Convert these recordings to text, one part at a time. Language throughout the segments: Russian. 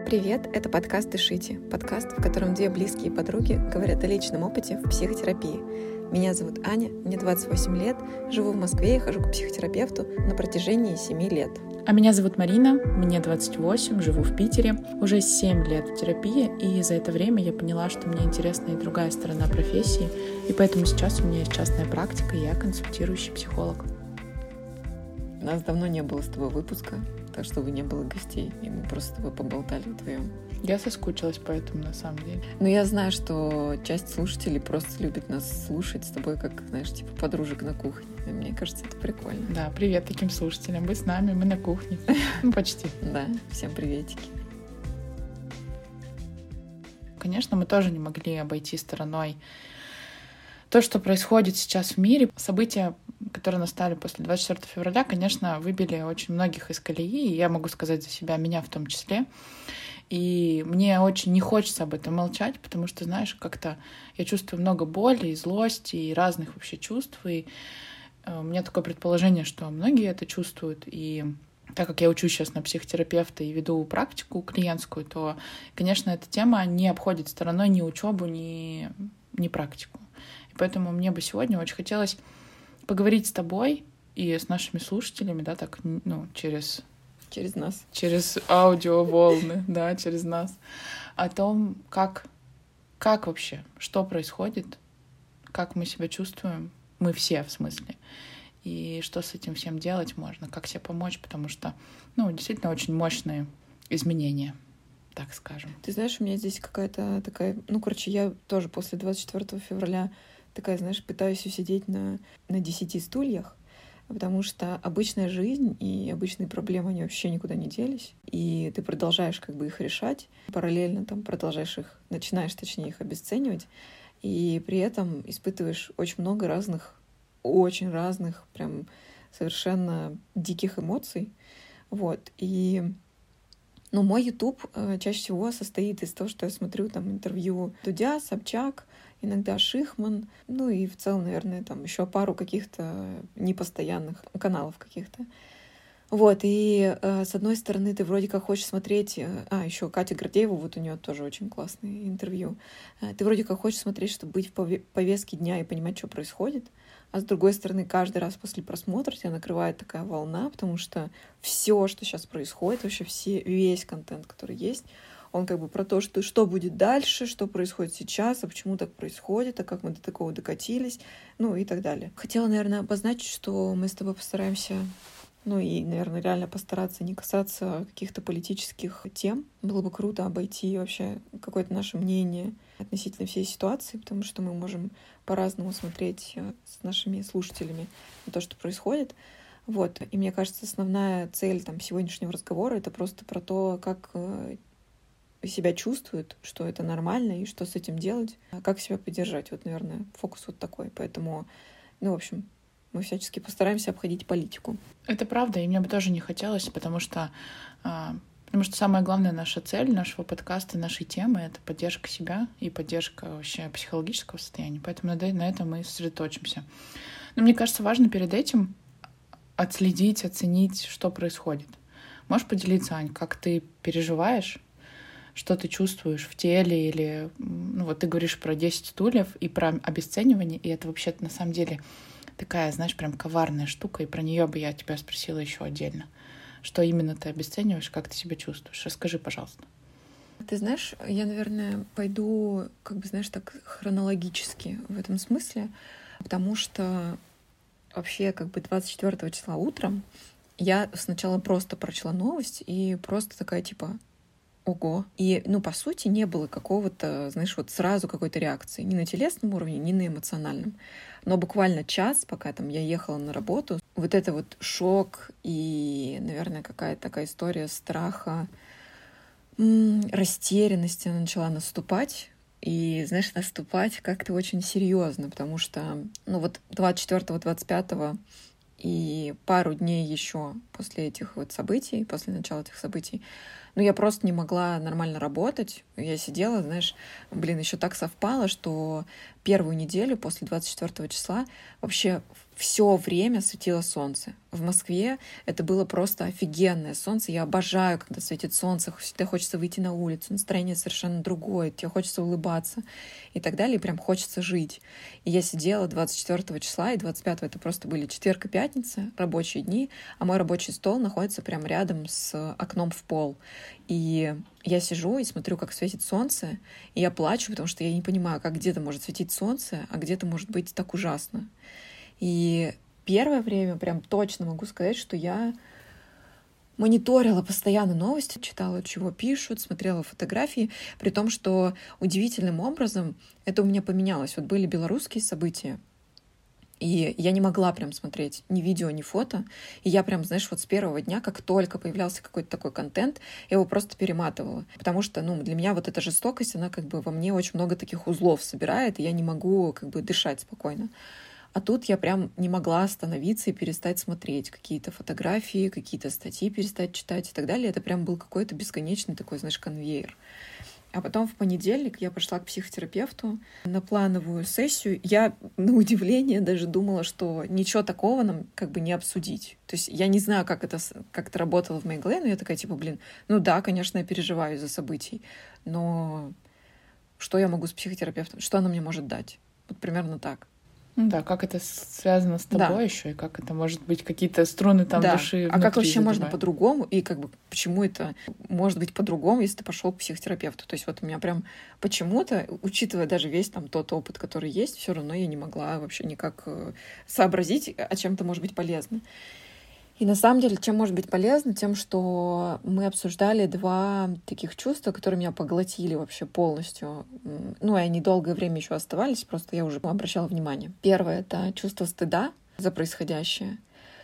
Привет, это подкаст «Дышите», подкаст, в котором две близкие подруги говорят о личном опыте в психотерапии. Меня зовут Аня, мне 28 лет, живу в Москве и хожу к психотерапевту на протяжении 7 лет. А меня зовут Марина, мне 28, живу в Питере, уже 7 лет в терапии, и за это время я поняла, что мне интересна и другая сторона профессии, и поэтому сейчас у меня есть частная практика, и я консультирующий психолог. У нас давно не было с тобой выпуска, так чтобы не было гостей, и мы просто с тобой поболтали вдвоем. Я соскучилась по этому, на самом деле. Но я знаю, что часть слушателей просто любит нас слушать с тобой, как, знаешь, типа подружек на кухне. И мне кажется, это прикольно. Да, привет таким слушателям. Вы с нами, мы на кухне. Ну, почти. Да, всем приветики. Конечно, мы тоже не могли обойти стороной то, что происходит сейчас в мире. События, которые настали после 24 февраля, конечно, выбили очень многих из колеи, и я могу сказать за себя, меня в том числе. И мне очень не хочется об этом молчать, потому что, знаешь, как-то я чувствую много боли и злости, и разных вообще чувств. И у меня такое предположение, что многие это чувствуют. И так как я учусь сейчас на психотерапевта и веду практику клиентскую, то, конечно, эта тема не обходит стороной ни учебу, ни практику. И поэтому мне бы сегодня очень хотелось поговорить с тобой и с нашими слушателями, да, так, через нас. Через аудиоволны, да, через нас. О том, как вообще, что происходит, как мы себя чувствуем, мы все, в смысле, и что с этим всем делать можно, как себе помочь, потому что, действительно очень мощные изменения, так скажем. Ты знаешь, у меня здесь какая-то такая... я тоже после 24 февраля такая, знаешь, пытаюсь усидеть на 10 стульях, потому что обычная жизнь и обычные проблемы, они вообще никуда не делись. И ты продолжаешь как бы их решать, параллельно там начинаешь их обесценивать, и при этом испытываешь очень много очень разных, прям совершенно диких эмоций. Вот. И мой YouTube чаще всего состоит из того, что я смотрю там интервью Дудя, Собчак, иногда Шихман, и в целом, наверное, там еще пару каких-то непостоянных каналов каких-то. Вот, и с одной стороны, ты вроде как хочешь смотреть... еще Катя Гордеева, вот у нее тоже очень классное интервью. Ты вроде как хочешь смотреть, чтобы быть в повестке дня и понимать, что происходит, а с другой стороны, каждый раз после просмотра тебя накрывает такая волна, потому что все, что сейчас происходит, вообще весь контент, который есть, он как бы про то, что будет дальше, что происходит сейчас, а почему так происходит, а как мы до такого докатились, и так далее. Хотела, наверное, обозначить, что мы с тобой постараемся, и, наверное, реально постараться не касаться каких-то политических тем. Было бы круто обойти вообще какое-то наше мнение относительно всей ситуации, потому что мы можем по-разному смотреть с нашими слушателями на то, что происходит. Вот. И мне кажется, основная цель сегодняшнего разговора — это просто про то, как себя чувствуют, что это нормально и что с этим делать, как себя поддержать. Вот, наверное, фокус вот такой. Поэтому, в общем, мы всячески постараемся обходить политику. Это правда, и мне бы тоже не хотелось, потому что самая главная наша цель нашего подкаста, нашей темы — это поддержка себя и поддержка вообще психологического состояния. Поэтому на этом мы сосредоточимся. Но мне кажется, важно перед этим отследить, оценить, что происходит. Можешь поделиться, Ань, как ты переживаешь, что ты чувствуешь в теле, или вот ты говоришь про 10 стульев и про обесценивание, и это вообще-то на самом деле такая, знаешь, прям коварная штука, и про нее бы я тебя спросила еще отдельно. Что именно ты обесцениваешь, как ты себя чувствуешь? Расскажи, пожалуйста. Ты знаешь, я, наверное, пойду, так хронологически в этом смысле, потому что вообще 24 числа утром я сначала просто прочла новость и просто такая ого. И, по сути, не было какого-то, сразу какой-то реакции. Ни на телесном уровне, ни на эмоциональном. Но буквально час, пока я ехала на работу, вот это вот шок и, наверное, какая-то такая история страха, растерянности начала наступать. И, наступать как-то очень серьезно, потому что, 24-го, 25-го и пару дней еще после этих вот событий, после начала этих событий, Но я просто не могла нормально работать. Я сидела, знаешь, еще так совпало, что первую неделю после 24 числа вообще все время светило солнце. В Москве это было просто офигенное солнце. Я обожаю, когда светит солнце. Всегда хочется выйти на улицу. Настроение совершенно другое. Тебе хочется улыбаться и так далее. И прям хочется жить. И я сидела 24 числа, и 25 это просто были четверг и пятница, рабочие дни. А мой рабочий стол находится прям рядом с окном в пол. И я сижу и смотрю, как светит солнце, и я плачу, потому что я не понимаю, как где-то может светить солнце, а где-то может быть так ужасно. И первое время прям точно могу сказать, что я мониторила постоянно новости, читала, чего пишут, смотрела фотографии, при том, что удивительным образом это у меня поменялось. Вот были белорусские события, и я не могла прям смотреть ни видео, ни фото. И я прям, знаешь, вот с первого дня, как только появлялся какой-то такой контент, я его просто перематывала. Потому что, для меня вот эта жестокость, она как бы во мне очень много таких узлов собирает, и я не могу как бы дышать спокойно. А тут я прям не могла остановиться и перестать смотреть какие-то фотографии, какие-то статьи перестать читать и так далее. Это прям был какой-то бесконечный такой, знаешь, конвейер. А потом в понедельник я пошла к психотерапевту на плановую сессию. Я, на удивление, даже думала, что ничего такого нам как бы не обсудить. То есть я не знаю, как это работало в моей голове, но я такая, да, конечно, я переживаю из-за событий, но что я могу с психотерапевтом? Что она мне может дать? Вот примерно так. Ну да, как это связано с тобой еще, и как это может быть какие-то струны там души внутри. А как вообще можно по-другому, и как бы почему это может быть по-другому, если ты пошел к психотерапевту? То есть вот у меня прям почему-то, учитывая даже весь там тот опыт, который есть, все равно я не могла вообще никак сообразить, о чем это может быть полезно. И на самом деле, чем может быть полезно? Тем, что мы обсуждали два таких чувства, которые меня поглотили вообще полностью. И они долгое время еще оставались, просто я уже обращала внимание. Первое — это чувство стыда за происходящее.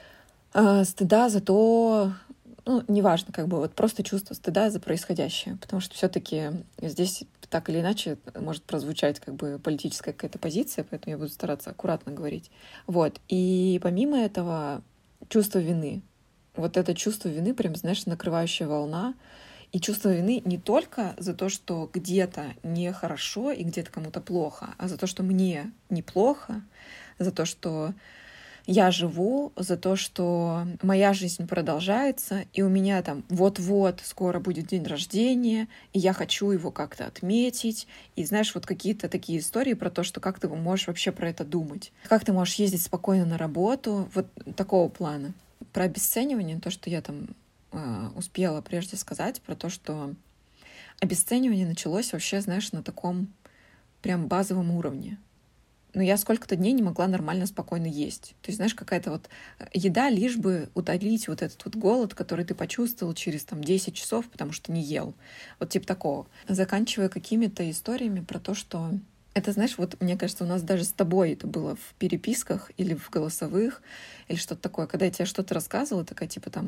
Стыда за то, неважно, как бы вот просто чувство стыда за происходящее, потому что все-таки здесь так или иначе может прозвучать как бы политическая какая-то позиция, поэтому я буду стараться аккуратно говорить. Вот. И помимо этого, чувство вины. Вот это чувство вины прям, знаешь, накрывающая волна. И чувство вины не только за то, что где-то нехорошо и где-то кому-то плохо, а за то, что мне неплохо, за то, что я живу, за то, что моя жизнь продолжается, и у меня там вот-вот скоро будет день рождения, и я хочу его как-то отметить. И знаешь, вот какие-то такие истории про то, что как ты можешь вообще про это думать. Как ты можешь ездить спокойно на работу, вот такого плана. Про обесценивание, то, что я там успела прежде сказать, про то, что обесценивание началось вообще, знаешь, на таком прям базовом уровне. Но я сколько-то дней не могла нормально, спокойно есть. То есть, знаешь, какая-то вот еда, лишь бы утолить вот этот вот голод, который ты почувствовал через 10 часов, потому что не ел. Вот типа такого. Заканчивая какими-то историями про то, что... Это, знаешь, вот мне кажется, у нас даже с тобой это было в переписках или в голосовых, или что-то такое. Когда я тебе что-то рассказывала, такая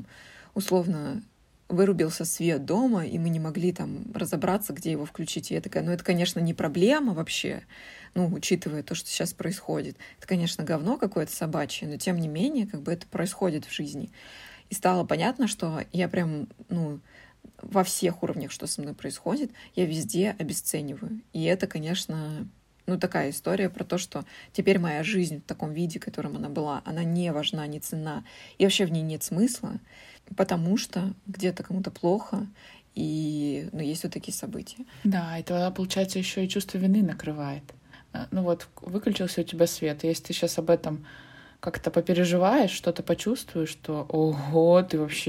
условно вырубился свет дома, и мы не могли там разобраться, где его включить. И я такая, это, конечно, не проблема вообще, учитывая то, что сейчас происходит. Это, конечно, говно какое-то собачье, но тем не менее, как бы это происходит в жизни. И стало понятно, что я прям, во всех уровнях, что со мной происходит, я везде обесцениваю. И это, конечно, такая история про то, что теперь моя жизнь в таком виде, в котором она была, она не важна, не ценна. И вообще в ней нет смысла, потому что где-то кому-то плохо, и есть вот такие события. Да, и тогда, получается, еще и чувство вины накрывает. Выключился у тебя свет. Если ты сейчас об этом как-то попереживаешь, что-то почувствуешь, что ого, ты вообще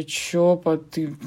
ты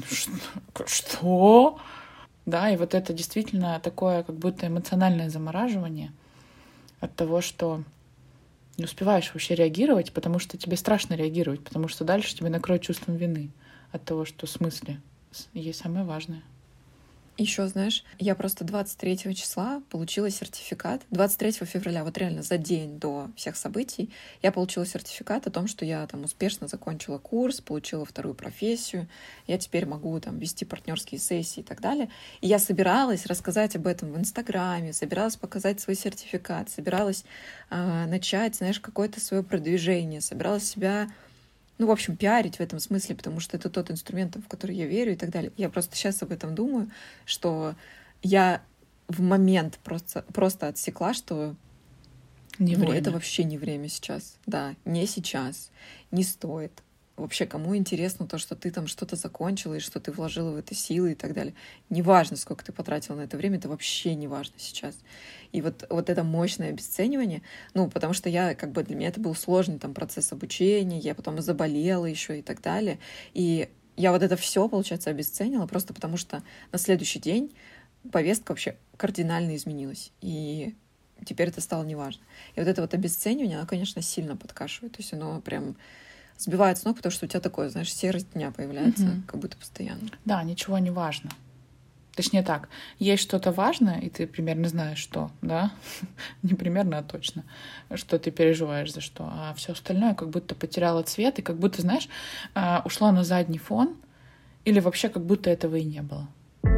что? Да, и вот это действительно такое как будто эмоциональное замораживание от того, что не успеваешь вообще реагировать, потому что тебе страшно реагировать, потому что дальше тебя накроет чувством вины от того, что в смысле есть самое важное. Еще, знаешь, я просто 23 числа получила сертификат. 23 февраля, вот реально за день до всех событий, я получила сертификат о том, что я там успешно закончила курс, получила вторую профессию, я теперь могу там вести партнерские сессии и так далее. И я собиралась рассказать об этом в Инстаграме, собиралась показать свой сертификат, собиралась начать, знаешь, какое-то свое продвижение, собиралась себя ну, в общем, пиарить в этом смысле, потому что это тот инструмент, в который я верю и так далее. Я просто сейчас об этом думаю, что я в момент просто отсекла, что Не ну, время. это вообще не время сейчас. Да, не сейчас. Не стоит. Вообще, кому интересно то, что ты там что-то закончила и что ты вложила в это силы и так далее. Неважно, сколько ты потратила на это время, это вообще не важно сейчас. И вот это мощное обесценивание, ну, потому что я, как бы, для меня это был сложный там процесс обучения, я потом заболела еще и так далее. И я вот это все, получается, обесценила просто потому, что на следующий день повестка вообще кардинально изменилась. И теперь это стало неважно. И вот это вот обесценивание, оно, конечно, сильно подкашивает. То есть оно прям сбивает с ног, потому что у тебя такое, знаешь, серость дня появляется, как будто постоянно. Да, ничего не важно. Точнее так, есть что-то важное, и ты примерно знаешь, что, да? Не примерно, а точно, что ты переживаешь за что. А все остальное как будто потеряло цвет, и как будто, знаешь, ушло на задний фон, или вообще как будто этого и не было.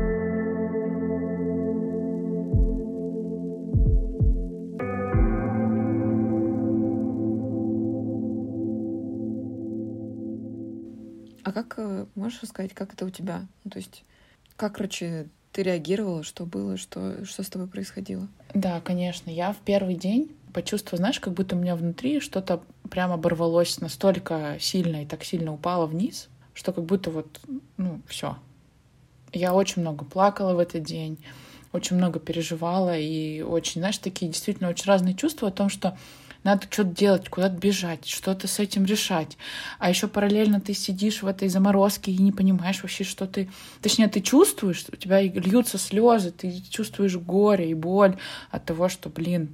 А как, можешь рассказать, как это у тебя? Ну, то есть, как, короче, ты реагировала, что было, что с тобой происходило? Да, конечно. Я в первый день почувствовала, знаешь, как будто у меня внутри что-то прям оборвалось настолько сильно и так сильно упало вниз, что как будто вот, ну, все. Я очень много плакала в этот день, очень много переживала и очень, знаешь, такие действительно очень разные чувства о том, что надо что-то делать, куда-то бежать, что-то с этим решать. А еще параллельно ты сидишь в этой заморозке и не понимаешь вообще, что ты... Точнее, ты чувствуешь, у тебя льются слезы, ты чувствуешь горе и боль от того, что, блин,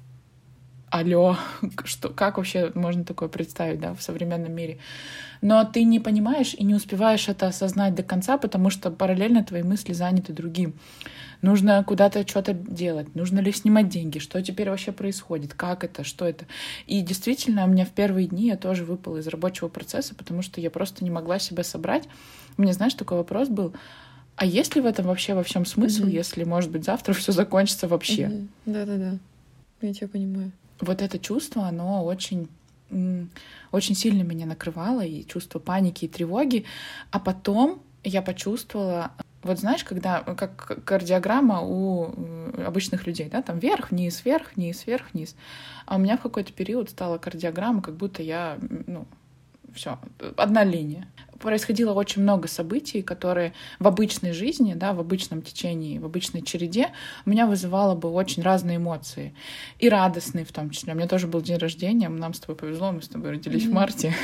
алло, что, как вообще можно такое представить, да, в современном мире? Но ты не понимаешь и не успеваешь это осознать до конца, потому что параллельно твои мысли заняты другим. Нужно куда-то что-то делать, нужно ли снимать деньги, что теперь вообще происходит, как это, что это. И действительно, у меня в первые дни я тоже выпала из рабочего процесса, потому что я просто не могла себя собрать. У меня, знаешь, такой вопрос был, а есть ли в этом вообще во всем смысл, если, может быть, завтра все закончится вообще? Да-да-да, я тебя понимаю. Вот это чувство, оно очень сильно меня накрывало, и чувство паники и тревоги. А потом я почувствовала, вот знаешь, когда как кардиограмма у обычных людей, да, там вверх-вниз, вверх-вниз, вверх-вниз. А у меня в какой-то период стала кардиограмма, как будто я, ну, все, одна линия. Происходило очень много событий, которые в обычной жизни, да, в обычном течении, в обычной череде у меня вызывало бы очень разные эмоции. И радостные в том числе. У меня тоже был день рождения, нам с тобой повезло, мы с тобой родились в марте.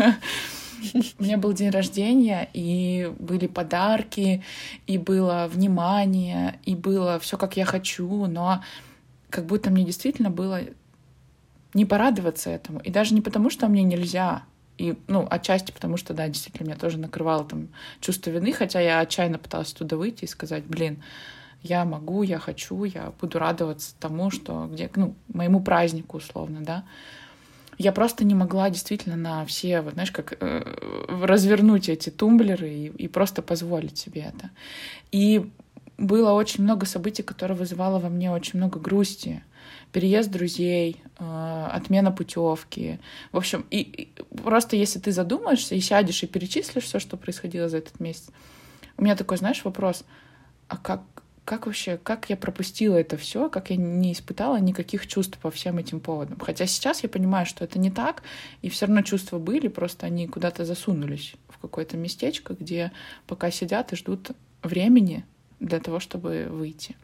У меня был день рождения, и были подарки, и было внимание, и было все, как я хочу, но как будто мне действительно было не порадоваться этому. И даже не потому, что мне нельзя, и, ну, отчасти потому, что, да, действительно, меня тоже накрывало там чувство вины, хотя я отчаянно пыталась туда выйти и сказать, блин, я могу, я хочу, я буду радоваться тому, что где, ну, моему празднику условно, да. Я просто не могла действительно на все, вот знаешь, как развернуть эти тумблеры и просто позволить себе это. И было очень много событий, которые вызывало во мне очень много грусти. Переезд друзей, отмена путевки. В общем, и просто если ты задумаешься и сядешь и перечислишь все, что происходило за этот месяц, у меня такой, знаешь, вопрос, а как вообще, как я пропустила это все, как я не испытала никаких чувств по всем этим поводам. Хотя сейчас я понимаю, что это не так, и все равно чувства были, просто они куда-то засунулись в какое-то местечко, где пока сидят и ждут времени для того, чтобы выйти.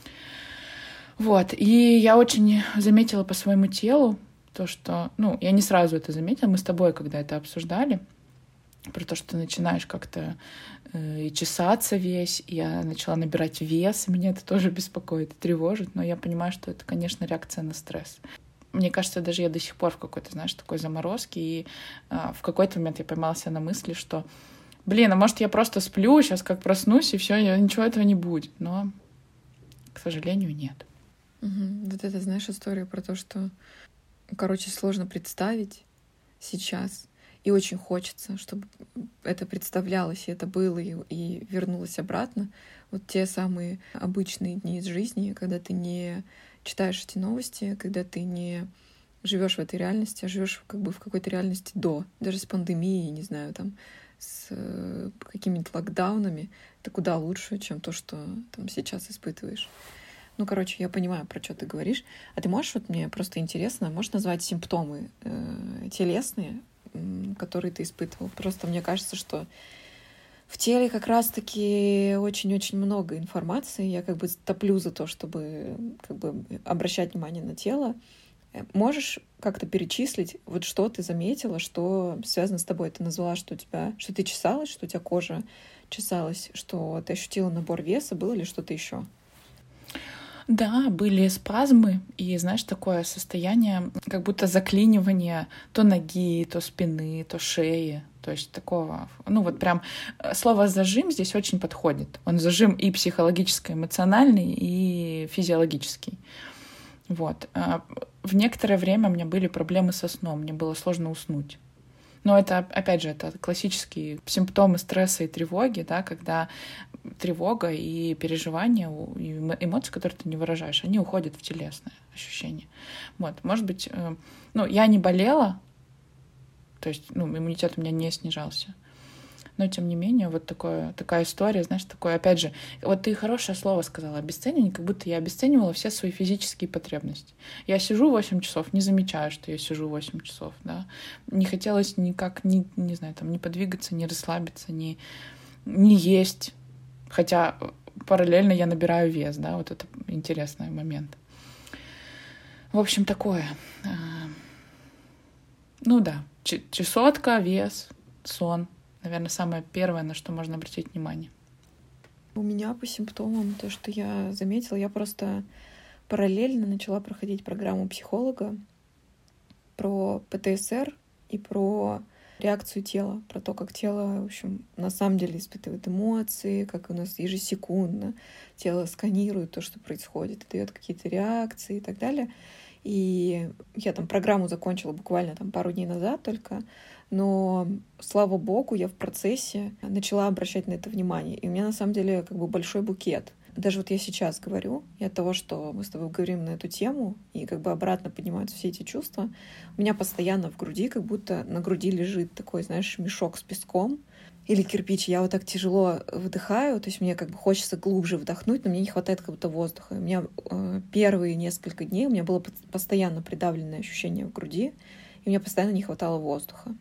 Вот, и я очень заметила по своему телу то, что... Ну, я не сразу это заметила, мы с тобой, когда это обсуждали, про то, что ты начинаешь как-то и чесаться весь, и я начала набирать вес, меня это тоже беспокоит и тревожит, но я понимаю, что это, конечно, реакция на стресс. Мне кажется, даже я до сих пор в какой-то, знаешь, такой заморозке, и в какой-то момент я поймала себя на мысли, что, блин, а может, я просто сплю, сейчас как проснусь, и все, ничего этого не будет. Но, к сожалению, нет. Вот это, знаешь, история про то, что, короче, сложно представить сейчас, и очень хочется, чтобы это представлялось, и это было, и вернулось обратно. Вот те самые обычные дни из жизни, когда ты не читаешь эти новости, когда ты не живешь в этой реальности, а живешь как бы в какой-то реальности до, даже с пандемией, не знаю, там, с какими-то локдаунами, это куда лучше, чем то, что там сейчас испытываешь. Ну, короче, я понимаю, про что ты говоришь. А ты можешь, вот мне просто интересно, можешь назвать симптомы телесные, которые ты испытывал? Просто мне кажется, что в теле как раз-таки очень-очень много информации. Я как бы топлю за то, чтобы как бы обращать внимание на тело. Можешь как-то перечислить, вот что ты заметила, что связано с тобой? Ты назвала, что у тебя, что ты чесалась, что у тебя кожа чесалась, что ты ощутила набор веса, было ли что-то еще? Да, были спазмы, и, знаешь, такое состояние, как будто заклинивание то ноги, то спины, то шеи. То есть такого, ну вот прям слово «зажим» здесь очень подходит. Он зажим и психологическо-эмоциональный, и физиологический. Вот. В некоторое время у меня были проблемы со сном, мне было сложно уснуть. Но это, опять же, это классические симптомы стресса и тревоги, да, когда тревога и переживания, и эмоции, которые ты не выражаешь, они уходят в телесное ощущение. Вот, может быть, ну, я не болела, то есть, ну, иммунитет у меня не снижался. Но, тем не менее, вот такая история, знаешь, такое, опять же, вот ты хорошее слово сказала, обесценивание, как будто я обесценивала все свои физические потребности. Я сижу 8 часов, не замечаю, что я сижу 8 часов, да. Не хотелось никак, не знаю, там, не подвигаться, не расслабиться, не есть. Хотя параллельно я набираю вес, да, вот это интересный момент. В общем, такое. Ну да, чесотка, вес, сон. Наверное, самое первое, на что можно обратить внимание. У меня по симптомам, то, что я заметила, я просто параллельно начала проходить программу психолога про ПТСР и про реакцию тела, про то, как тело, в общем, на самом деле испытывает эмоции, как у нас ежесекундно тело сканирует то, что происходит, и дает какие-то реакции и так далее. И я там программу закончила буквально там пару дней назад только, но, слава богу, я в процессе начала обращать на это внимание. И у меня, на самом деле, как бы большой букет. Даже вот я сейчас говорю, и от того, что мы с тобой говорим на эту тему, и как бы обратно поднимаются все эти чувства, у меня постоянно в груди, как будто на груди лежит такой, знаешь, мешок с песком или кирпич. Я вот так тяжело выдыхаю, то есть мне как бы хочется глубже вдохнуть, но мне не хватает как будто воздуха. У меня первые несколько дней у меня было постоянно придавленное ощущение в груди, и мне постоянно не хватало воздуха.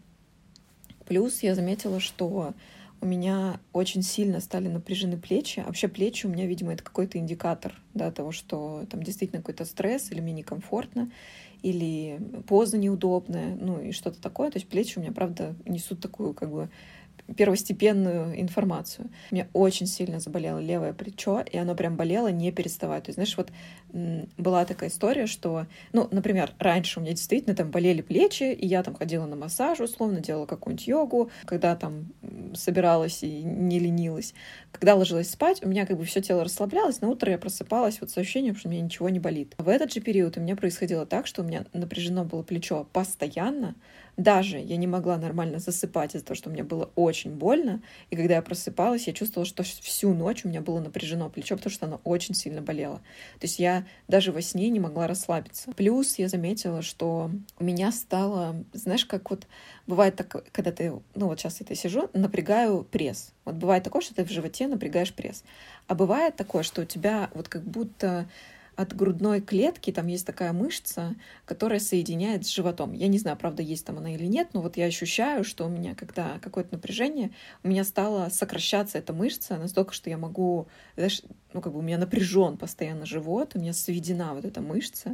Плюс я заметила, что у меня очень сильно стали напряжены плечи. Вообще плечи у меня, видимо, это какой-то индикатор, да, того, что там действительно какой-то стресс, или мне некомфортно, или поза неудобная, ну и что-то такое. То есть плечи у меня, правда, несут такую как бы первостепенную информацию. У меня очень сильно заболело левое плечо, и оно прям болело, не переставая. То есть, знаешь, вот была такая история, что, ну, например, раньше у меня действительно там болели плечи, и я там ходила на массаж, условно, делала какую-нибудь йогу, когда там собиралась и не ленилась. Когда ложилась спать, у меня как бы все тело расслаблялось, на утро я просыпалась вот с ощущением, что у меня ничего не болит. В этот же период у меня происходило так, что у меня напряжено было плечо постоянно, даже я не могла нормально засыпать из-за того, что мне было очень больно. И когда я просыпалась, я чувствовала, что всю ночь у меня было напряжено плечо, потому что оно очень сильно болело. То есть я даже во сне не могла расслабиться. Плюс я заметила, что у меня стало, знаешь, как вот бывает так, когда ты, ну вот сейчас я сижу, напрягаю пресс. Вот бывает такое, что ты в животе напрягаешь пресс. А бывает такое, что у тебя вот как будто от грудной клетки там есть такая мышца, которая соединяет с животом. Я не знаю, правда, есть там она или нет, но вот я ощущаю, что у меня, когда какое-то напряжение, у меня стала сокращаться эта мышца настолько, что я могу, знаешь, ну как бы у меня напряжен постоянно живот, у меня сведена вот эта мышца,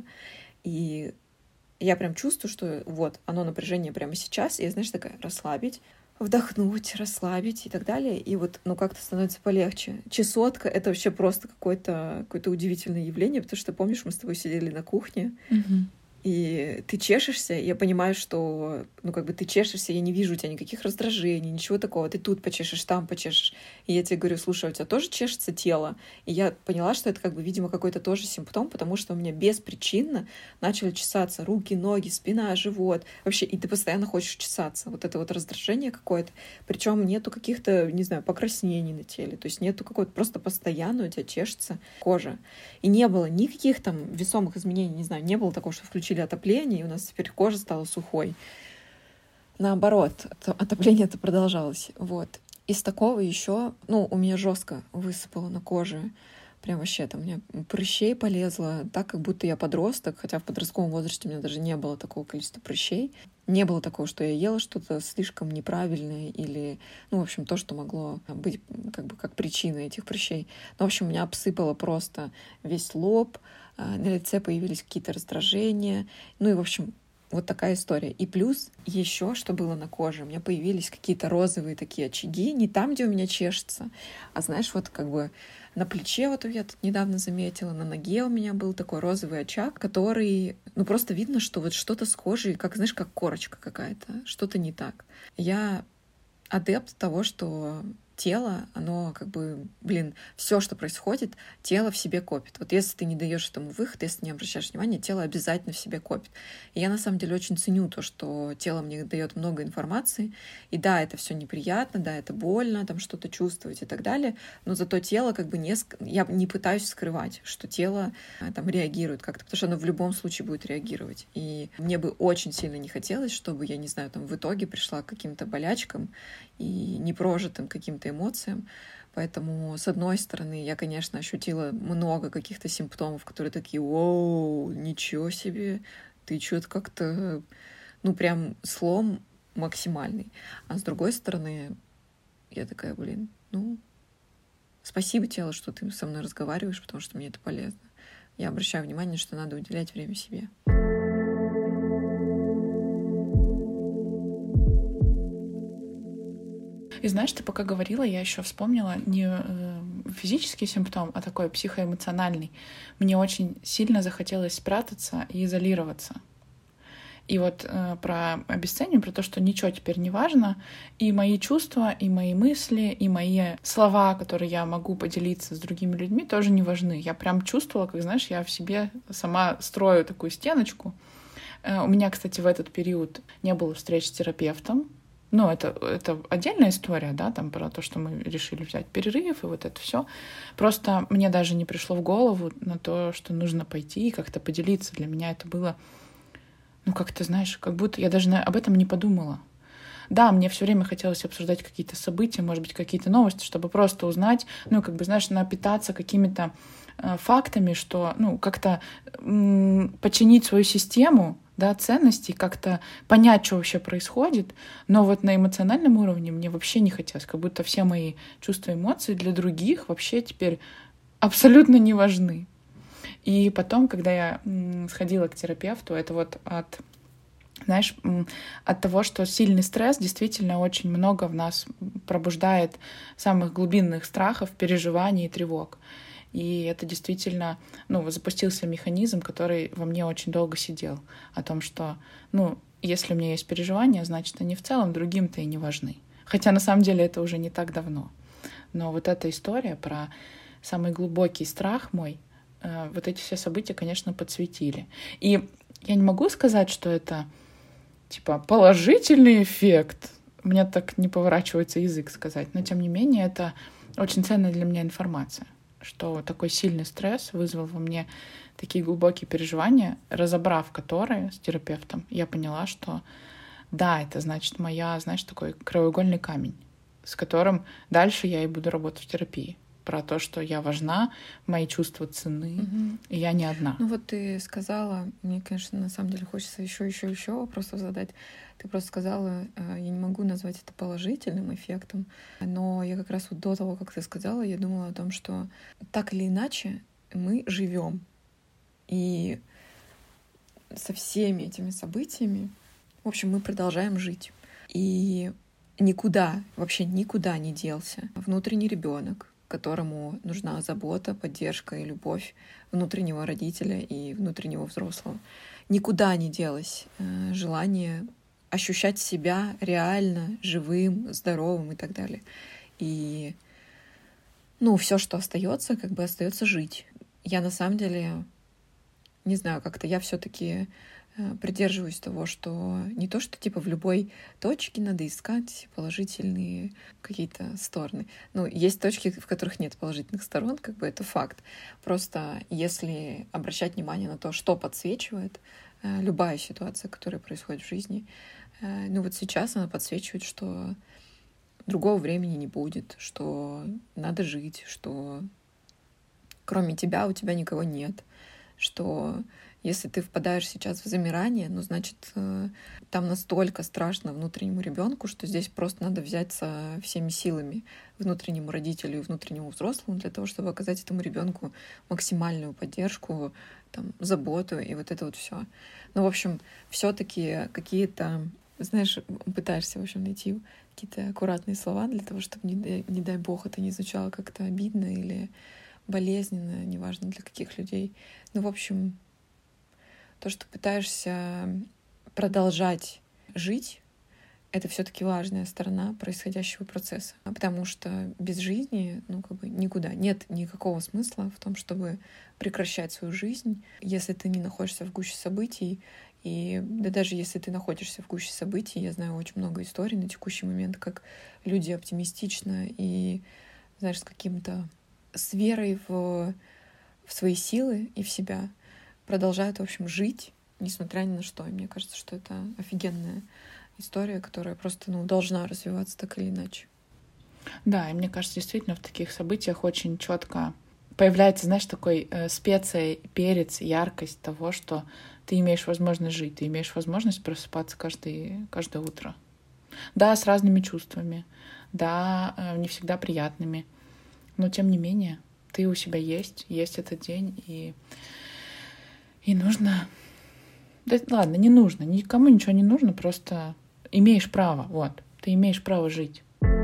и я прям чувствую, что вот оно напряжение прямо сейчас, и я, знаешь, такая расслабить, вдохнуть, расслабить и так далее. И вот, ну, как-то становится полегче. Чесотка — это вообще просто какое-то удивительное явление, потому что, помнишь, мы с тобой сидели на кухне, и ты чешешься, и я понимаю, что, ну, как бы ты чешешься, я не вижу у тебя никаких раздражений, ничего такого. Ты тут почешешь, там почешешь. И я тебе говорю, слушай, у тебя тоже чешется тело? И я поняла, что это, как бы, видимо, какой-то тоже симптом, потому что у меня беспричинно начали чесаться руки, ноги, спина, живот. Вообще, и ты постоянно хочешь чесаться. Вот это вот раздражение какое-то. Причем нету каких-то, не знаю, покраснений на теле. То есть нету какого-то, просто постоянно у тебя чешется кожа. И не было никаких там весомых изменений, не знаю, не было такого, что включили включили отопление, и у нас теперь кожа стала сухой. Наоборот, отопление это продолжалось. Вот. Из такого еще, у меня жестко высыпало на коже. Прям вообще там у меня прыщей полезло, так как будто я подросток, хотя в подростковом возрасте у меня даже не было такого количества прыщей. Не было такого, что я ела что-то слишком неправильное или, в общем, то, что могло быть как причина этих прыщей. В общем, у меня обсыпало просто весь лоб, на лице появились какие-то раздражения. И, в общем, вот такая история. И плюс еще, что было на коже, у меня появились какие-то розовые такие очаги, не там, где у меня чешется, а знаешь, вот на плече, вот я тут недавно заметила, на ноге у меня был такой розовый очаг, который, просто видно, что вот что-то с кожей, как корочка какая-то, что-то не так. Я адепт того, что тело, оно все, что происходит, тело в себе копит. Вот если ты не даешь этому выход, если не обращаешь внимания, тело обязательно в себе копит. И я на самом деле очень ценю то, что тело мне дает много информации. И да, это все неприятно, да, это больно, там что-то чувствовать и так далее, но зато тело я не пытаюсь скрывать, что тело там реагирует как-то, потому что оно в любом случае будет реагировать. И мне бы очень сильно не хотелось, чтобы, я не знаю, там в итоге пришла к каким-то болячкам и непрожитым каким-то эмоциям. Поэтому, с одной стороны, я, конечно, ощутила много каких-то симптомов, которые такие: «Воу, ничего себе, ты что-то как-то, прям слом максимальный». А с другой стороны, я такая: спасибо, тело, что ты со мной разговариваешь, потому что мне это полезно. Я обращаю внимание, что надо уделять время себе. И знаешь, ты пока говорила, я еще вспомнила не физический симптом, а такой психоэмоциональный. Мне очень сильно захотелось спрятаться и изолироваться. И вот про обесценивание, про то, что ничего теперь не важно, и мои чувства, и мои мысли, и мои слова, которые я могу поделиться с другими людьми, тоже не важны. Я прям чувствовала, как, знаешь, я в себе сама строю такую стеночку. У меня, кстати, в этот период не было встреч с терапевтом. Это отдельная история, да, там про то, что мы решили взять перерыв, и вот это все. Просто мне даже не пришло в голову на то, что нужно пойти и как-то поделиться. Для меня это было, как-то, знаешь, как будто я даже об этом не подумала. Да, мне все время хотелось обсуждать какие-то события, может быть, какие-то новости, чтобы просто узнать, знаешь, напитаться какими-то фактами, что, как-то починить свою систему, да, ценностей, как-то понять, что вообще происходит. Но вот на эмоциональном уровне мне вообще не хотелось, как будто все мои чувства и эмоции для других вообще теперь абсолютно не важны. И потом, когда я сходила к терапевту, это вот от того, что сильный стресс действительно очень много в нас пробуждает самых глубинных страхов, переживаний и тревог. И это действительно, запустился механизм, который во мне очень долго сидел. О том, что, если у меня есть переживания, значит, они в целом другим-то и не важны. Хотя на самом деле это уже не так давно. Но вот эта история про самый глубокий страх мой, вот эти все события, конечно, подсветили. И я не могу сказать, что это, положительный эффект. У меня так не поворачивается язык сказать. Но, тем не менее, это очень ценная для меня информация, что такой сильный стресс вызвал во мне такие глубокие переживания, разобрав которые с терапевтом, я поняла, что да, это значит такой краеугольный камень, с которым дальше я и буду работать в терапии. Про то, что я важна, мои чувства ценны, и я не одна. Вот ты сказала, мне, конечно, на самом деле хочется еще вопросов задать. Ты просто сказала, я не могу назвать это положительным эффектом, но я как раз вот до того, как ты сказала, я думала о том, что так или иначе мы живем, и со всеми этими событиями, в общем, мы продолжаем жить. И вообще никуда не делся внутренний ребенок, которому нужна забота, поддержка и любовь внутреннего родителя и внутреннего взрослого. Никуда не делось желание ощущать себя реально живым, здоровым и так далее. И все, что остается, остается жить. Я на самом деле не знаю, как-то я все-таки придерживаюсь того, что не то, что в любой точке надо искать положительные какие-то стороны. Есть точки, в которых нет положительных сторон, это факт. Просто если обращать внимание на то, что подсвечивает любая ситуация, которая происходит в жизни. Ну вот сейчас она подсвечивает, что другого времени не будет, что надо жить, что кроме тебя у тебя никого нет, что если ты впадаешь сейчас в замирание, ну, значит, там настолько страшно внутреннему ребенку, что здесь просто надо взяться всеми силами внутреннему родителю и внутреннему взрослому для того, чтобы оказать этому ребенку максимальную поддержку, там, заботу и вот это вот все. Ну, в общем, все-таки какие-то, знаешь, пытаешься, в общем, найти какие-то аккуратные слова для того, чтобы, не дай бог, это не звучало как-то обидно или болезненно, неважно для каких людей. Ну, в общем, то, что пытаешься продолжать жить, это все-таки важная сторона происходящего процесса. Потому что без жизни, ну, как бы никуда. Нет никакого смысла в том, чтобы прекращать свою жизнь, если ты не находишься в гуще событий. И да даже если ты находишься в гуще событий, я знаю очень много историй на текущий момент, как люди оптимистично и, знаешь, с верой в свои силы и в себя продолжают, в общем, жить, несмотря ни на что. И мне кажется, что это офигенная история, которая просто, ну, должна развиваться так или иначе. Да, и мне кажется, действительно в таких событиях очень четко появляется, знаешь, такой специя, перец, яркость того, что ты имеешь возможность жить, ты имеешь возможность просыпаться каждое утро. Да, с разными чувствами, да, не всегда приятными, но тем не менее ты у себя есть этот день, и нужно... Да ладно, не нужно, никому ничего не нужно, просто имеешь право, вот, ты имеешь право жить.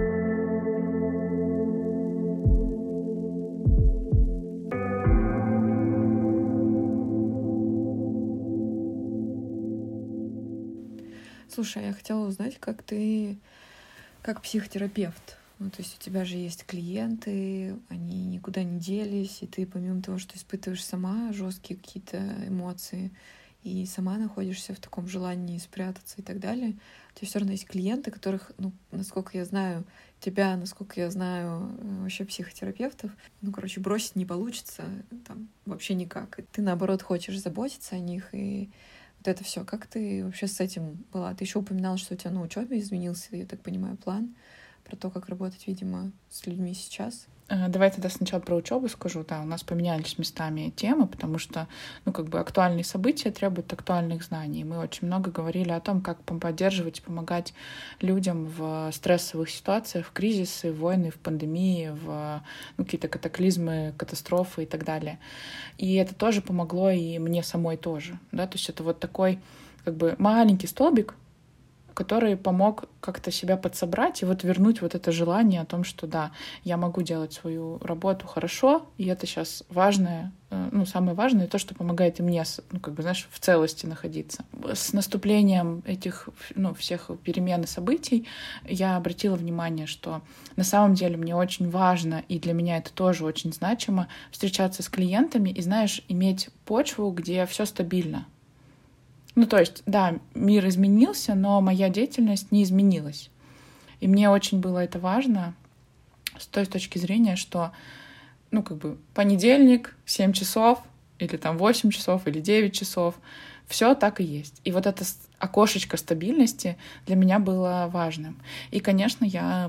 Слушай, я хотела узнать, как ты, как психотерапевт. Ну, то есть у тебя же есть клиенты, они никуда не делись, и ты помимо того, что испытываешь сама жесткие какие-то эмоции, и сама находишься в таком желании спрятаться и так далее, у тебя все равно есть клиенты, которых, ну, насколько я знаю тебя, насколько я знаю вообще психотерапевтов, ну, короче, бросить не получится там вообще никак. И ты, наоборот, хочешь заботиться о них, и вот это все. Как ты вообще с этим была? Ты еще упоминала, что у тебя на учебе изменился, я так понимаю, план про то, как работать, видимо, с людьми сейчас. Давай тогда сначала про учебу скажу. Да, у нас поменялись местами темы, потому что, ну, как бы актуальные события требуют актуальных знаний. Мы очень много говорили о том, как поддерживать и помогать людям в стрессовых ситуациях, в кризисы, в войны, в пандемии, в какие-то катаклизмы, катастрофы и так далее. И это тоже помогло и мне самой тоже. Да? То есть это вот такой как бы маленький столбик, который помог как-то себя подсобрать и вот вернуть вот это желание о том, что да, я могу делать свою работу хорошо, и это сейчас важное, ну, самое важное, то, что помогает и мне, ну, как бы, знаешь, в целости находиться. С наступлением этих, ну, всех перемен и событий я обратила внимание, что на самом деле мне очень важно, и для меня это тоже очень значимо, встречаться с клиентами и, знаешь, иметь почву, где все стабильно. Ну, то есть, да, мир изменился, но моя деятельность не изменилась. И мне очень было это важно с той точки зрения, что, ну, как бы, понедельник, 7 часов, или там 8 часов, или 9 часов, все так и есть. И вот это окошечко стабильности для меня было важным. И, конечно,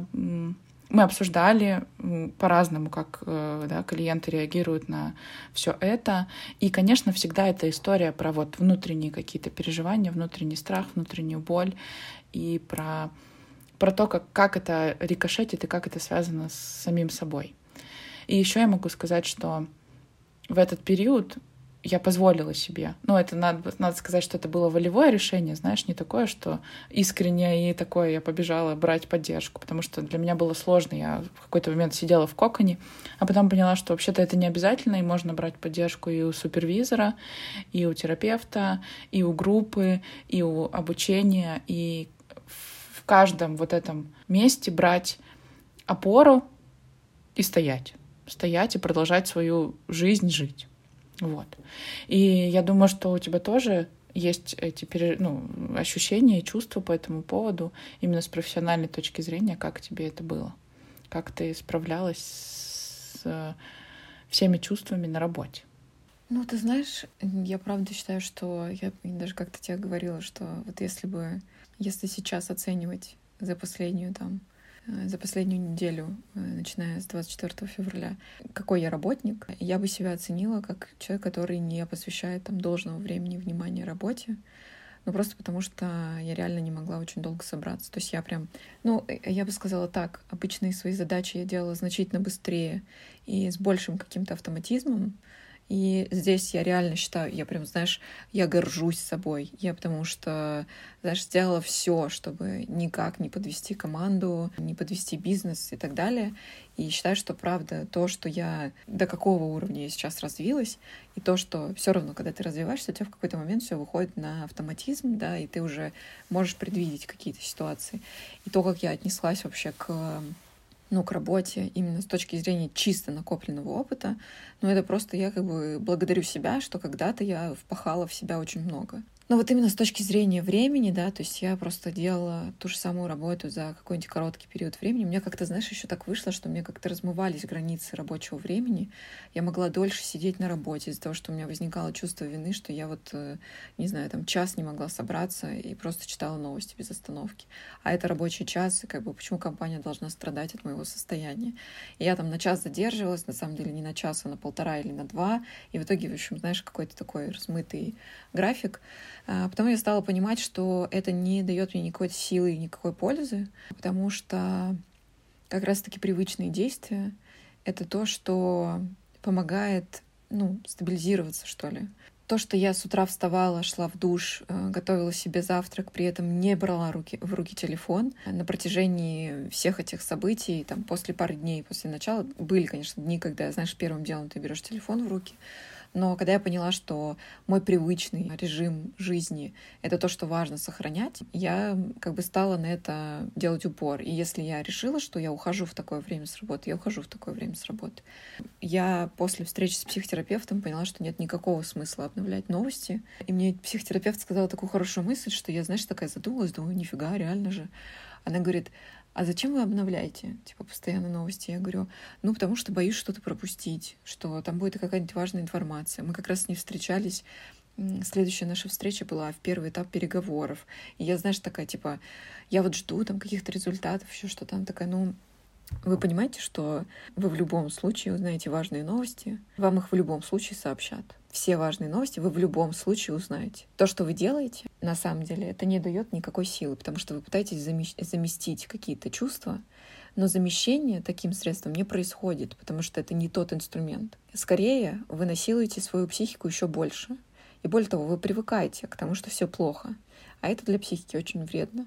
мы обсуждали по-разному, как, да, клиенты реагируют на все это. И, конечно, всегда эта история про вот внутренние какие-то переживания, внутренний страх, внутреннюю боль и про то, как это рикошетит и как это связано с самим собой. И еще я могу сказать, что в этот период я позволила себе. Ну, это надо сказать, что это было волевое решение, знаешь, не такое, что искренне и такое я побежала брать поддержку, потому что для меня было сложно. Я в какой-то момент сидела в коконе, а потом поняла, что вообще-то это не обязательно, и можно брать поддержку и у супервизора, и у терапевта, и у группы, и у обучения, и в каждом вот этом месте брать опору и стоять и продолжать свою жизнь жить. Вот. И я думаю, что у тебя тоже есть эти ощущения и чувства по этому поводу, именно с профессиональной точки зрения, как тебе это было, как ты справлялась с всеми чувствами на работе. Ну, ты знаешь, я правда считаю, что я даже как-то тебе говорила, что вот если сейчас оценивать за за последнюю неделю, начиная с 24 февраля, какой я работник, я бы себя оценила как человек, который не посвящает должного времени и внимания работе, ну, просто потому что я реально не могла очень долго собраться. То есть я бы сказала так, обычные свои задачи я делала значительно быстрее и с большим каким-то автоматизмом. И здесь я реально считаю, я прям, знаешь, я горжусь собой. Я потому что, знаешь, сделала все, чтобы никак не подвести команду, не подвести бизнес и так далее. И считаю, что правда, то, что до какого уровня я сейчас развилась, и то, что все равно, когда ты развиваешься, у тебя в какой-то момент все выходит на автоматизм, да, и ты уже можешь предвидеть какие-то ситуации. И то, как я отнеслась вообще к работе именно с точки зрения чисто накопленного опыта, это просто я как бы благодарю себя, что когда-то я впахала в себя очень много. Но вот именно с точки зрения времени, да, то есть я просто делала ту же самую работу за какой-нибудь короткий период времени. У меня как-то, знаешь, еще так вышло, что мне как-то размывались границы рабочего времени. Я могла дольше сидеть на работе из-за того, что у меня возникало чувство вины, что я не знаю, час не могла собраться и просто читала новости без остановки. А это рабочий час, и как бы почему компания должна страдать от моего состояния? И я на час задерживалась, на самом деле не на час, а на 1,5 или на 2. И в итоге, в общем, знаешь, какой-то такой размытый график. Потом я стала понимать, что это не дает мне никакой силы и никакой пользы, потому что как раз-таки привычные действия — это то, что помогает, стабилизироваться, что ли. То, что я с утра вставала, шла в душ, готовила себе завтрак, при этом не брала в руки телефон. На протяжении всех этих событий, после пары дней после начала, были, конечно, дни, когда, знаешь, первым делом ты берешь телефон в руки. Но когда я поняла, что мой привычный режим жизни — это то, что важно сохранять, я как бы стала на это делать упор. И если я решила, что я ухожу в такое время с работы, я ухожу в такое время с работы. Я после встречи с психотерапевтом поняла, что нет никакого смысла обновлять новости. И мне психотерапевт сказала такую хорошую мысль, что я, знаешь, такая задумалась, думаю, нифига, реально же. Она говорит: а зачем вы обновляете, постоянно новости? Я говорю, потому что боюсь что-то пропустить, что там будет какая-нибудь важная информация. Мы как раз с ней встречались. Следующая наша встреча была в первый этап переговоров. И я, знаешь, такая, я жду каких-то результатов, еще что-то. Она такая, вы понимаете, что вы в любом случае узнаете важные новости, вам их в любом случае сообщат. Все важные новости вы в любом случае узнаете. То, что вы делаете, на самом деле, это не дает никакой силы, потому что вы пытаетесь заместить какие-то чувства, но замещение таким средством не происходит, потому что это не тот инструмент. Скорее, вы насилуете свою психику еще больше. И более того, вы привыкаете к тому, что все плохо. А это для психики очень вредно.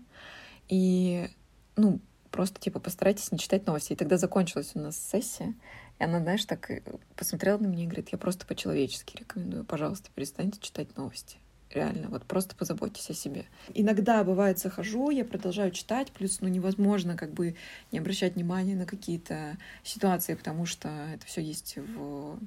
И, просто, постарайтесь не читать новости. И тогда закончилась у нас сессия, и она, знаешь, так посмотрела на меня и говорит: я просто по-человечески рекомендую, пожалуйста, перестаньте читать новости. Реально, просто позаботьтесь о себе. Иногда, бывает, захожу, я продолжаю читать, плюс, невозможно не обращать внимания на какие-то ситуации, потому что это все есть в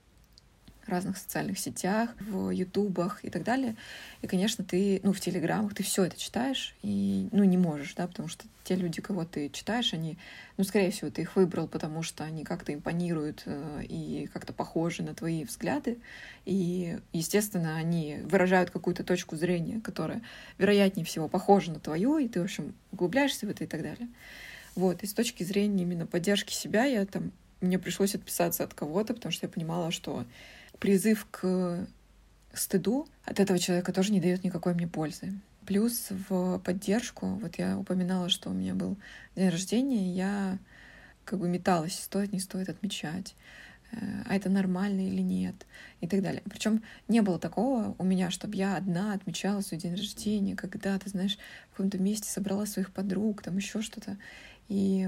разных социальных сетях, в ютубах и так далее. И, конечно, ты, в телеграмах, ты все это читаешь и, не можешь, да, потому что те люди, кого ты читаешь, они, скорее всего, ты их выбрал, потому что они как-то импонируют и как-то похожи на твои взгляды. И, естественно, они выражают какую-то точку зрения, которая, вероятнее всего, похожа на твою, и ты, в общем, углубляешься в это и так далее. И с точки зрения именно поддержки себя мне пришлось отписаться от кого-то, потому что я понимала, что призыв к стыду от этого человека тоже не дает никакой мне пользы. Плюс в поддержку, я упоминала, что у меня был день рождения, и я металась, стоит, не стоит отмечать, а это нормально или нет, и так далее. Причем не было такого у меня, чтобы я одна отмечала свой день рождения, когда, ты знаешь, в каком-то месте собрала своих подруг, еще что-то. И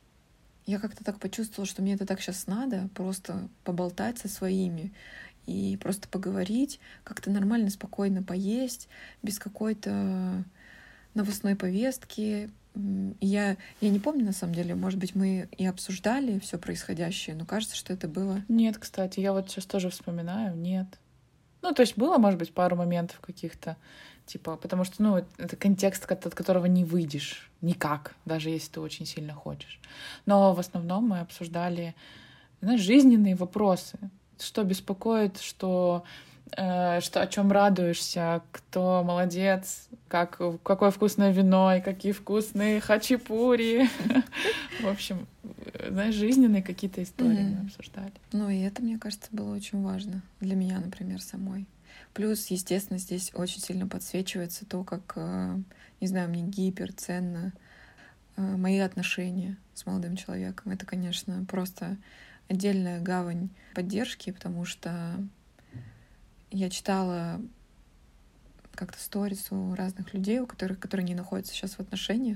я как-то так почувствовала, что мне это так сейчас надо, просто поболтать со своими и просто поговорить, как-то нормально, спокойно поесть, без какой-то новостной повестки. Я не помню, на самом деле, может быть, мы и обсуждали все происходящее, но кажется, что это было... Нет, кстати, я сейчас тоже вспоминаю, нет. То есть было, может быть, пару моментов каких-то, потому что, это контекст, от которого не выйдешь никак, даже если ты очень сильно хочешь. Но в основном мы обсуждали, жизненные вопросы. что беспокоит, что о чем радуешься, кто молодец, какое вкусное вино и какие вкусные хачапури. В общем, знаешь, жизненные какие-то истории мы обсуждали. Ну и это, мне кажется, было очень важно для меня, например, самой. Плюс, естественно, здесь очень сильно подсвечивается то, как, не знаю, мне гиперценно мои отношения с молодым человеком. Это, конечно, просто отдельная гавань поддержки, потому что я читала как-то сторис у разных людей, которые не находятся сейчас в отношениях,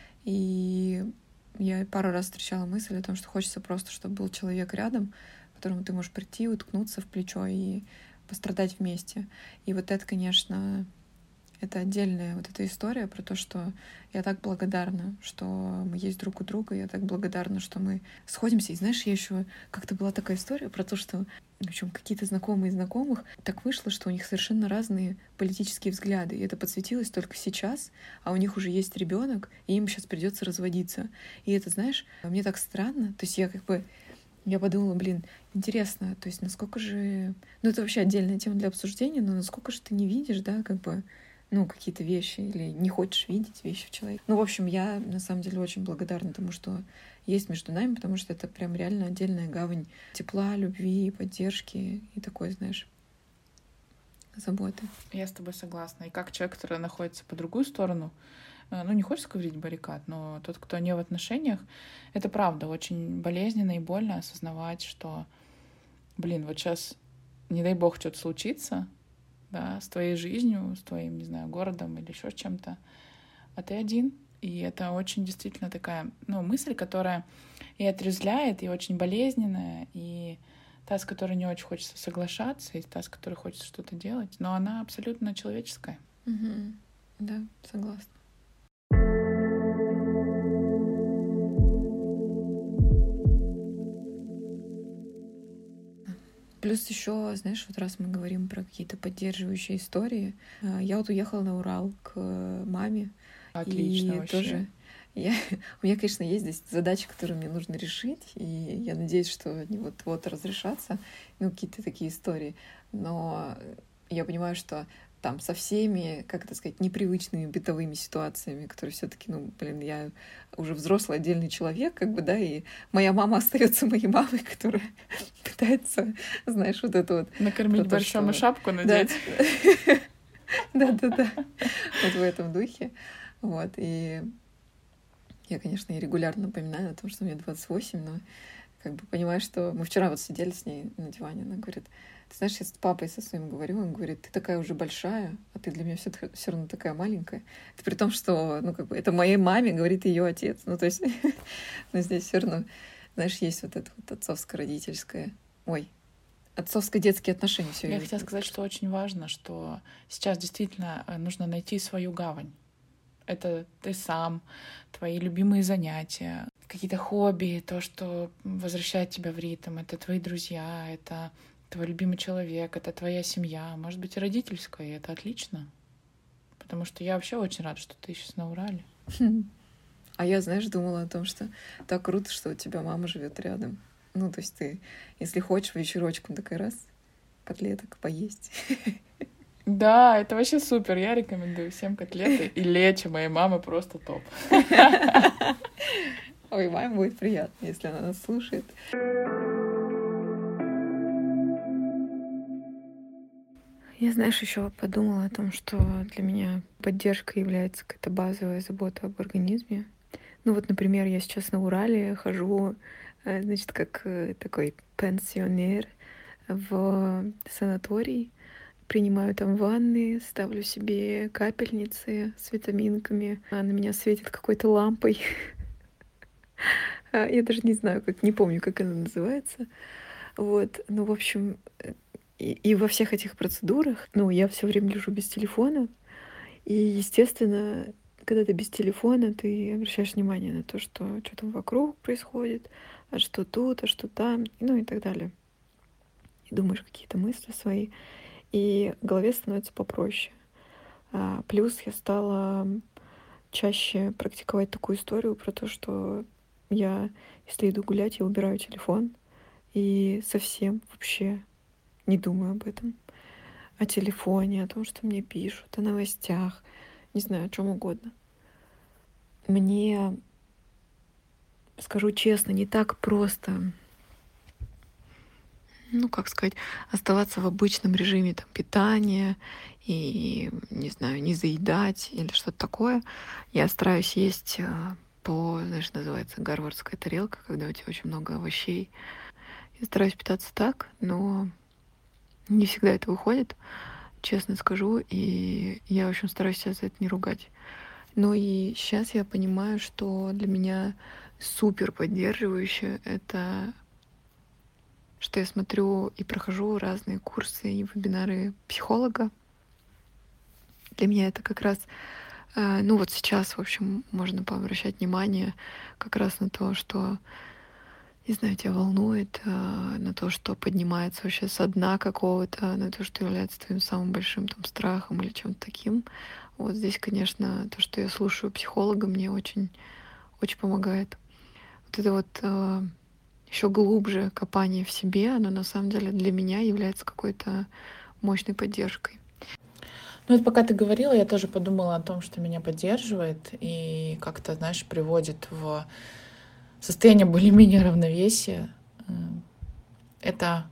и я пару раз встречала мысль о том, что хочется просто, чтобы был человек рядом, к которому ты можешь прийти, уткнуться в плечо и пострадать вместе. И вот это, конечно, это отдельная вот эта история про то, что я так благодарна, что мы есть друг у друга, я так благодарна, что мы сходимся. И знаешь, я еще как-то была такая история про то, что причем какие-то знакомые знакомых, так вышло, что у них совершенно разные политические взгляды. И это подсветилось только сейчас, а у них уже есть ребенок, и им сейчас придется разводиться. И это, знаешь, мне так странно. То есть я подумала, интересно, то есть насколько же... Ну, это вообще отдельная тема для обсуждения, но насколько же ты не видишь, да, какие-то вещи, или не хочешь видеть вещи в человеке. Ну, в общем, я на самом деле очень благодарна тому, что есть между нами, потому что это прям реально отдельная гавань тепла, любви, поддержки и такой, знаешь, заботы. Я с тобой согласна. И как человек, который находится по другую сторону, не хочется говорить баррикад, но тот, кто не в отношениях, это правда очень болезненно и больно осознавать, что, вот сейчас, не дай бог, что-то случится, да, с твоей жизнью, с твоим, не знаю, городом или еще чем-то, а ты один. И это очень действительно такая, мысль, которая и отрезвляет, и очень болезненная, и та, с которой не очень хочется соглашаться, и та, с которой хочется что-то делать, но она абсолютно человеческая. Угу. Да, согласна. Плюс еще, знаешь, вот раз мы говорим про какие-то поддерживающие истории, я вот уехала на Урал к маме. Отлично, и вообще. Тоже у меня, конечно, есть здесь задачи, которые мне нужно решить, и я надеюсь, что они вот разрешатся, какие-то такие истории. Но я понимаю, что там со всеми, как это сказать, непривычными бытовыми ситуациями, которые все-таки, я уже взрослый отдельный человек, и моя мама остается моей мамой, которая пытается, знаешь, вот это вот... Накормить большому шапку надеть. Да. Вот в этом духе. Вот, и я, конечно, ей регулярно напоминаю о том, что мне 28, но понимаю, что мы вчера вот сидели с ней на диване, она говорит, ты знаешь, я с папой со своим говорю, он говорит, ты такая уже большая, а ты для меня все равно такая маленькая. Это при том, что, это моей маме говорит ее отец. То есть, но здесь все равно, знаешь, есть вот это вот отцовско-родительское, отцовско-детские отношения. Я хотела сказать, что очень важно, что сейчас действительно нужно найти свою гавань. Это ты сам, твои любимые занятия, какие-то хобби, то, что возвращает тебя в ритм. Это твои друзья, это твой любимый человек, это твоя семья, может быть, и родительская, и это отлично. Потому что я вообще очень рада, что ты сейчас на Урале. А я, знаешь, думала о том, что так круто, что у тебя мама живет рядом. То есть ты, если хочешь, вечерочком такая раз, котлеток поесть. Да, это вообще супер. Я рекомендую всем котлеты. И лечо моей мамы просто топ. Ой, маме будет приятно, если она нас слушает. Я, знаешь, еще подумала о том, что для меня поддержка является какая-то базовая забота об организме. Например, я сейчас на Урале хожу, значит, как такой пенсионер в санаторий, принимаю там ванны, ставлю себе капельницы с витаминками, а на меня светит какой-то лампой. Я даже не знаю, не помню, как она называется. Вот, в общем, и во всех этих процедурах, я все время лежу без телефона, и, естественно, когда ты без телефона, ты обращаешь внимание на то, что там вокруг происходит, а что тут, а что там, и так далее. И думаешь какие-то мысли свои, и в голове становится попроще. Плюс я стала чаще практиковать такую историю про то, что я, если иду гулять, я убираю телефон и совсем вообще не думаю об этом. О телефоне, о том, что мне пишут, о новостях, не знаю, о чем угодно. Мне, скажу честно, не так просто, ну, как сказать, оставаться в обычном режиме там, питания и, не знаю, не заедать или что-то такое. Я стараюсь есть знаешь, называется гарвардская тарелка, когда у тебя очень много овощей. Я стараюсь питаться так, но не всегда это выходит, честно скажу, и я, в общем, стараюсь себя за это не ругать. Но и сейчас я понимаю, что для меня супер поддерживающе это, что я смотрю и прохожу разные курсы и вебинары психолога. Для меня это как раз, ну вот сейчас, в общем, можно пообращать внимание как раз на то, что, не знаю, тебя волнует, на то, что поднимается вообще со дна какого-то, на то, что является твоим самым большим там страхом или чем-то таким. Вот здесь, конечно, то, что я слушаю психолога, мне очень, очень помогает. Вот это вот еще глубже копание в себе, оно на самом деле для меня является какой-то мощной поддержкой. Ну вот пока ты говорила, я тоже подумала о том, что меня поддерживает и как-то, знаешь, приводит в состояние более-менее равновесия. Это,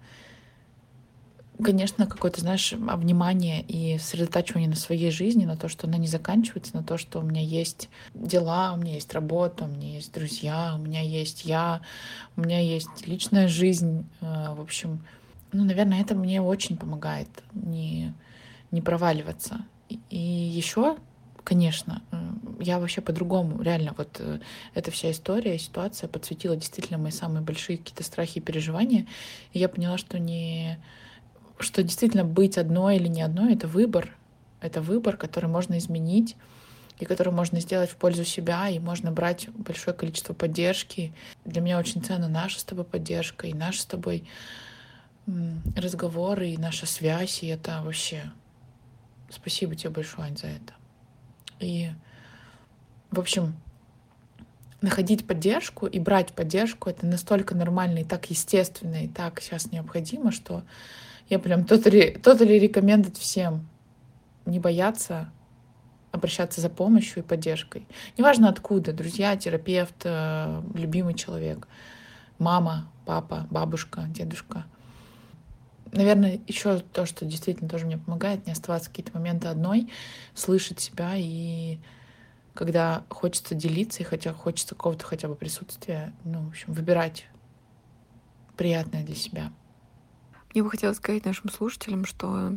конечно, какое-то, знаешь, внимание и сосредотачивание на своей жизни, на то, что она не заканчивается, на то, что у меня есть дела, у меня есть работа, у меня есть друзья, у меня есть я, у меня есть личная жизнь. В общем, ну, наверное, это мне очень помогает не проваливаться. И еще, конечно, я вообще по-другому, реально, вот эта вся история, ситуация подсветила действительно мои самые большие какие-то страхи и переживания. И я поняла, что действительно быть одной или не одной — это выбор. Это выбор, который можно изменить и который можно сделать в пользу себя, и можно брать большое количество поддержки. Для меня очень ценна наша с тобой поддержка, и наши с тобой разговоры, и наша связь, и это вообще... Спасибо тебе большое, Ань, за это. И, в общем, находить поддержку и брать поддержку — это настолько нормально и так естественно, и так сейчас необходимо, что я прям totally рекомендую всем не бояться обращаться за помощью и поддержкой. Неважно откуда, друзья, терапевт, любимый человек, мама, папа, бабушка, дедушка. Наверное, еще то, что действительно тоже мне помогает, не оставаться в какие-то моменты одной, слышать себя, и когда хочется делиться, и хотя хочется какого-то хотя бы присутствия, ну, в общем, выбирать приятное для себя. Мне бы хотелось сказать нашим слушателям, что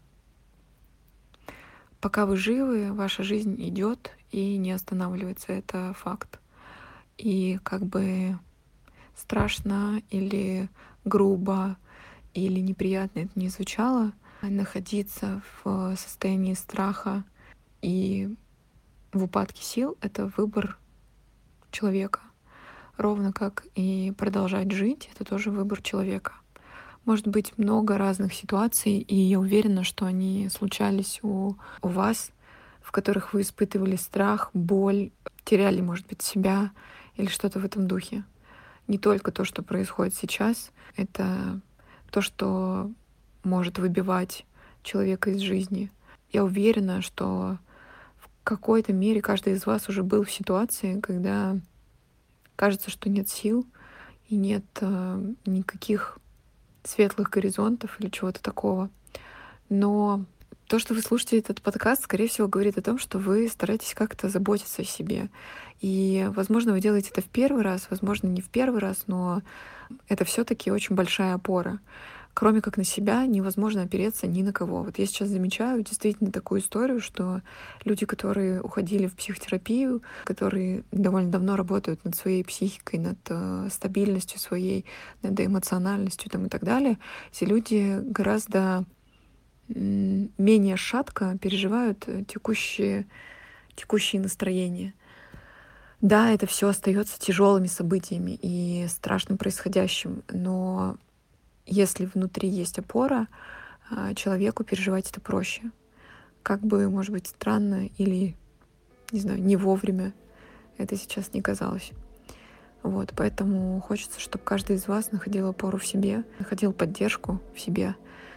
пока вы живы, ваша жизнь идет и не останавливается. Это факт. И как бы страшно или грубо или неприятно это не звучало, находиться в состоянии страха и в упадке сил — это выбор человека. Ровно как и продолжать жить — это тоже выбор человека. Может быть много разных ситуаций, и я уверена, что они случались у вас, в которых вы испытывали страх, боль, теряли, может быть, себя или что-то в этом духе. Не только то, что происходит сейчас, это то, что может выбивать человека из жизни. Я уверена, что в какой-то мере каждый из вас уже был в ситуации, когда кажется, что нет сил и нет никаких светлых горизонтов или чего-то такого. Но то, что вы слушаете этот подкаст, скорее всего, говорит о том, что вы стараетесь как-то заботиться о себе. И, возможно, вы делаете это в первый раз, возможно, не в первый раз, но это все-таки очень большая опора. Кроме как на себя невозможно опереться ни на кого. Вот я сейчас замечаю действительно такую историю, что люди, которые уходили в психотерапию, которые довольно давно работают над своей психикой, над стабильностью своей, над эмоциональностью там, и так далее, эти люди гораздо менее шатко переживают текущие настроения. Да, это все остается тяжелыми событиями и страшным происходящим, но если внутри есть опора, человеку переживать это проще. Как бы, может быть, странно или, не знаю, не вовремя это сейчас не казалось. Вот, поэтому хочется, чтобы каждый из вас находил опору в себе, находил поддержку в себе,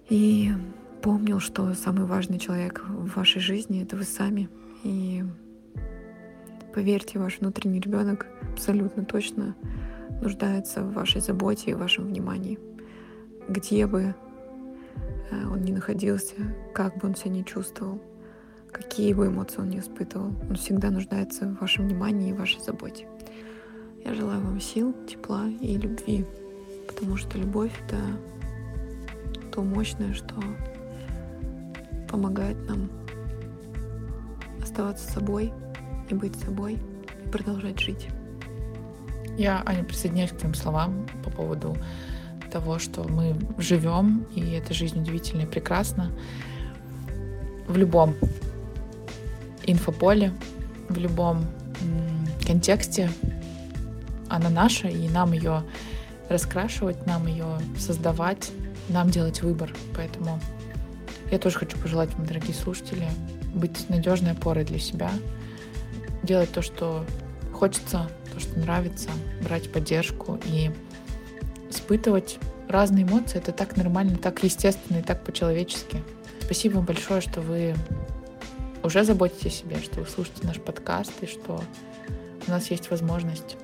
И помнил, что самый важный человек в вашей жизни — это вы сами. И поверьте, ваш внутренний ребенок абсолютно точно нуждается в вашей заботе и в вашем внимании. Где бы он ни находился, как бы он себя ни чувствовал, какие бы эмоции он ни испытывал, он всегда нуждается в вашем внимании и в вашей заботе. Я желаю вам сил, тепла и любви, потому что любовь — это то мощное, что помогает нам оставаться собой и быть собой, и продолжать жить. Я, Аня, присоединяюсь к твоим словам по поводу того, что мы живем, и эта жизнь удивительна и прекрасна в любом инфополе, в любом контексте. Она наша, и нам ее раскрашивать, нам ее создавать, нам делать выбор. Поэтому я тоже хочу пожелать вам, дорогие слушатели, быть надежной опорой для себя, делать то, что хочется, то, что нравится, брать поддержку и испытывать разные эмоции. Это так нормально, так естественно и так по-человечески. Спасибо вам большое, что вы уже заботитесь о себе, что вы слушаете наш подкаст и что у нас есть возможность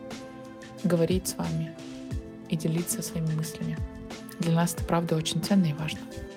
говорить с вами и делиться своими мыслями. Для нас это, правда, очень ценно и важно.